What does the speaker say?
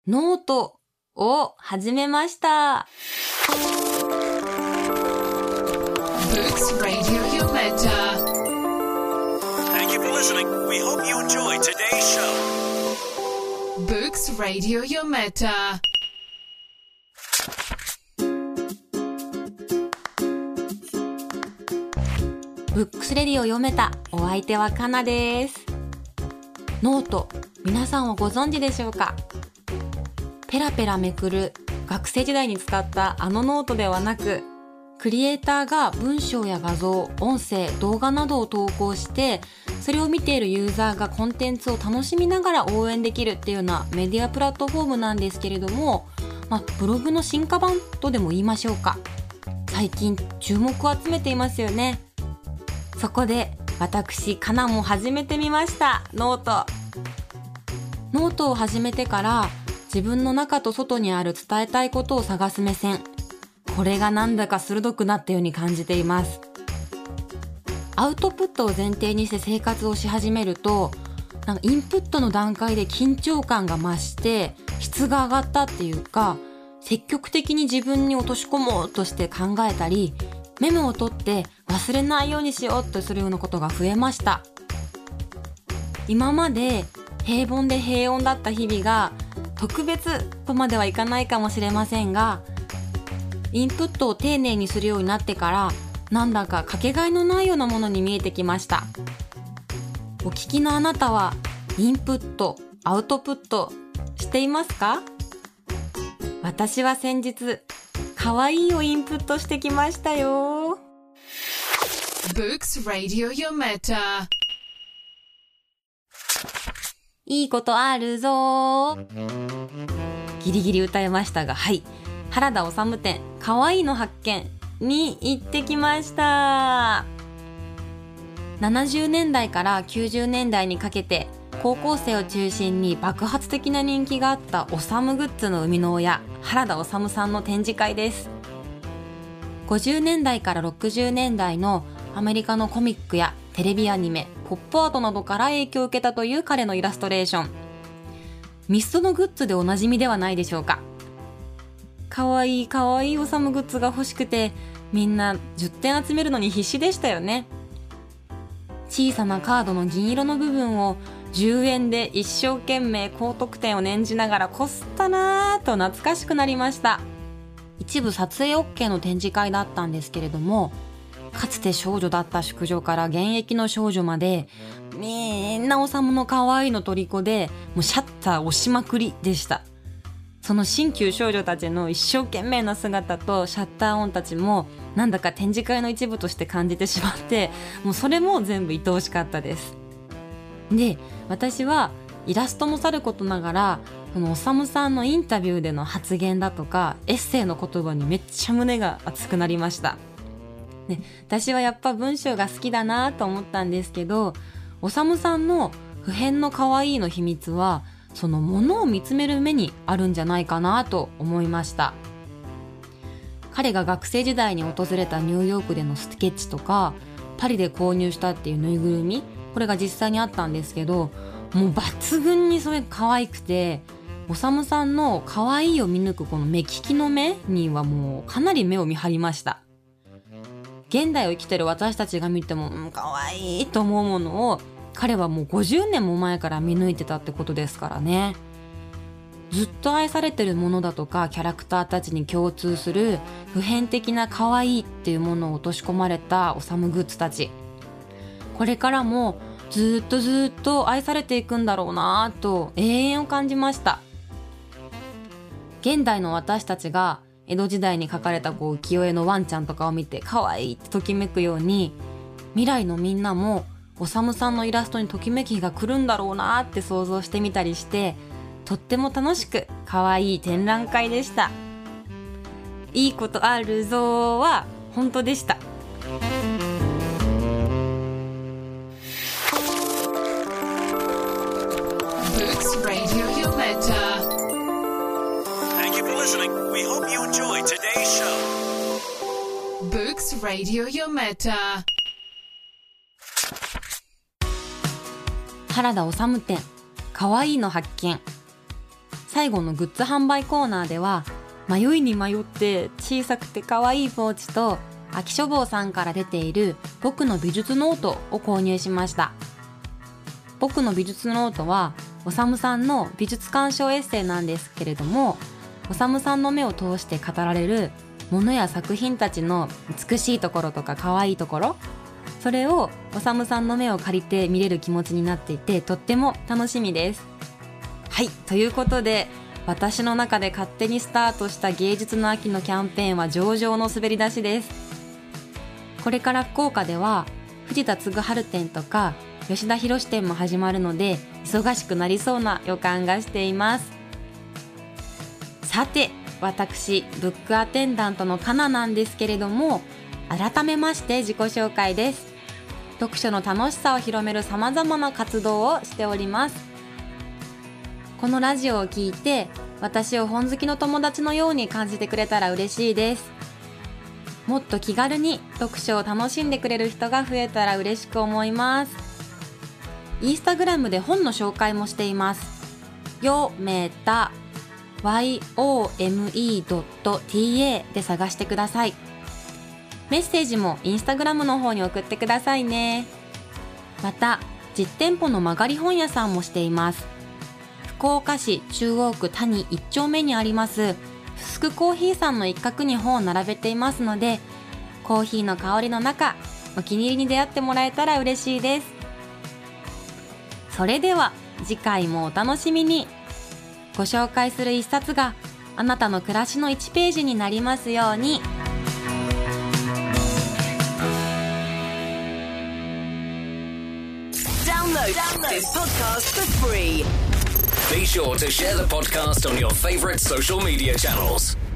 ノートを始めました。 Books Radio Yometa. Thank you for listening. We hope you enjoyed today's show. Books Radio Yometa. ブックスレディを読めた。お相手はかなです。ノート、皆さんはご存知でしょうか？ペラペラめくる学生時代に使ったあのノートではなく、クリエイターが文章や画像、音声、動画などを投稿して、それを見ているユーザーがコンテンツを楽しみながら応援できるっていうようなメディアプラットフォームなんですけれども、ブログの進化版とでも言いましょうか。最近注目を集めていますよね。そこで私かなも始めてみました。ノートを始めてから自分の中と外にある伝えたいことを探す目線、これがなんだか鋭くなったように感じています。アウトプットを前提にして生活をし始めると、インプットの段階で緊張感が増して質が上がったっていうか、積極的に自分に落とし込もうとして考えたり、メモを取って忘れないようにしようとするようなことが増えました。今まで平凡で平穏だった日々が特別とまではいかないかもしれませんが、インプットを丁寧にするようになってから、なんだかかけがえのないようなものに見えてきました。お聞きのあなたはインプット、アウトプットしていますか？私は先日可愛いをインプットしてきましたよ。 Books Radio Yometa. いいことあるぞ。ギリギリ歌えましたが、はい。原田修展可愛いの発見に行ってきました。70年代から90年代にかけて高校生を中心に爆発的な人気があったオサムグッズの生みの親、原田修さんの展示会です。50年代から60年代のアメリカのコミックやテレビアニメ、ポップアートなどから影響を受けたという彼のイラストレーション。ミストのグッズでおなじみではないでしょうか。かわいいオサムグッズが欲しくて、みんな10点集めるのに必死でしたよね。小さなカードの銀色の部分を10円で一生懸命高得点を念じながらこすったなぁと懐かしくなりました。一部撮影 OK の展示会だったんですけれども、かつて少女だった淑女から現役の少女まで、みんなおさむの可愛いの虜で、もうシャッター押しまくりでした。その新旧少女たちの一生懸命な姿とシャッター音たちもなんだか展示会の一部として感じてしまって、もうそれも全部愛おしかったです。で、私はイラストもさることながら、そのおさむさんのインタビューでの発言だとかエッセイの言葉にめっちゃ胸が熱くなりました。ね、私はやっぱ文章が好きだなと思ったんですけど、おさむさんの普遍の可愛いの秘密は、そのものを見つめる目にあるんじゃないかなと思いました。彼が学生時代に訪れたニューヨークでのスケッチとか、パリで購入したっていうぬいぐるみ、これが実際にあったんですけど、もう抜群にそれ可愛くて、おさむさんの可愛いを見抜くこの目利きの目にはもうかなり目を見張りました。現代を生きてる私たちが見ても、可愛いと思うものを彼はもう50年も前から見抜いてたってことですからね。ずっと愛されてるものだとかキャラクターたちに共通する普遍的な可愛いっていうものを落とし込まれたおさむグッズたち、これからもずっと愛されていくんだろうなぁと永遠を感じました。現代の私たちが江戸時代に描かれた浮世絵のワンちゃんとかを見て可愛いってときめくように、未来のみんなもおさむさんのイラストにときめきが来るんだろうなって想像してみたりして、とっても楽しく可愛い展覧会でした。いいことあるぞは本当でした。 Books Radio Yometa. Thank you for listening. We hope you enjoyed today's show. Books Radio Yometa. 原田修展可愛いの発見。 最後のグッズ販売コーナーでは迷いに迷って小さくて可愛いポーチと秋書房さんから出ている僕の美術ノートを購入しました。僕の美術ノートはおさむさんの美術鑑賞エッセイなんですけれども、おさむさんの目を通して語られるものや作品たちの美しいところとか可愛いところ、それをおさむさんの目を借りて見れる気持ちになっていて、とっても楽しみです。はい、ということで私の中で勝手にスタートした芸術の秋のキャンペーンは上々の滑り出しです。これから福岡では藤田嗣治展とか吉田博展も始まるので、忙しくなりそうな予感がしています。さて、私ブックアテンダントのかななんですけれども、改めまして自己紹介です。読書の楽しさを広める様々な活動をしております。このラジオを聞いて私を本好きの友達のように感じてくれたら嬉しいです。もっと気軽に読書を楽しんでくれる人が増えたら嬉しく思います。インスタグラムで本の紹介もしています。よめた yome.ta で探してください。メッセージもインスタグラムの方に送ってくださいね。また実店舗の曲がり本屋さんもしています。福岡市中央区谷1丁目にありますフスクコーヒーさんの一角に本を並べていますので、コーヒーの香りの中、お気に入りに出会ってもらえたら嬉しいです。それでは次回もお楽しみに。ご紹介する一冊があなたの暮らしの1ページになりますように。 Download this podcast for free. Be sure to share the podcast on your favorite social media channels.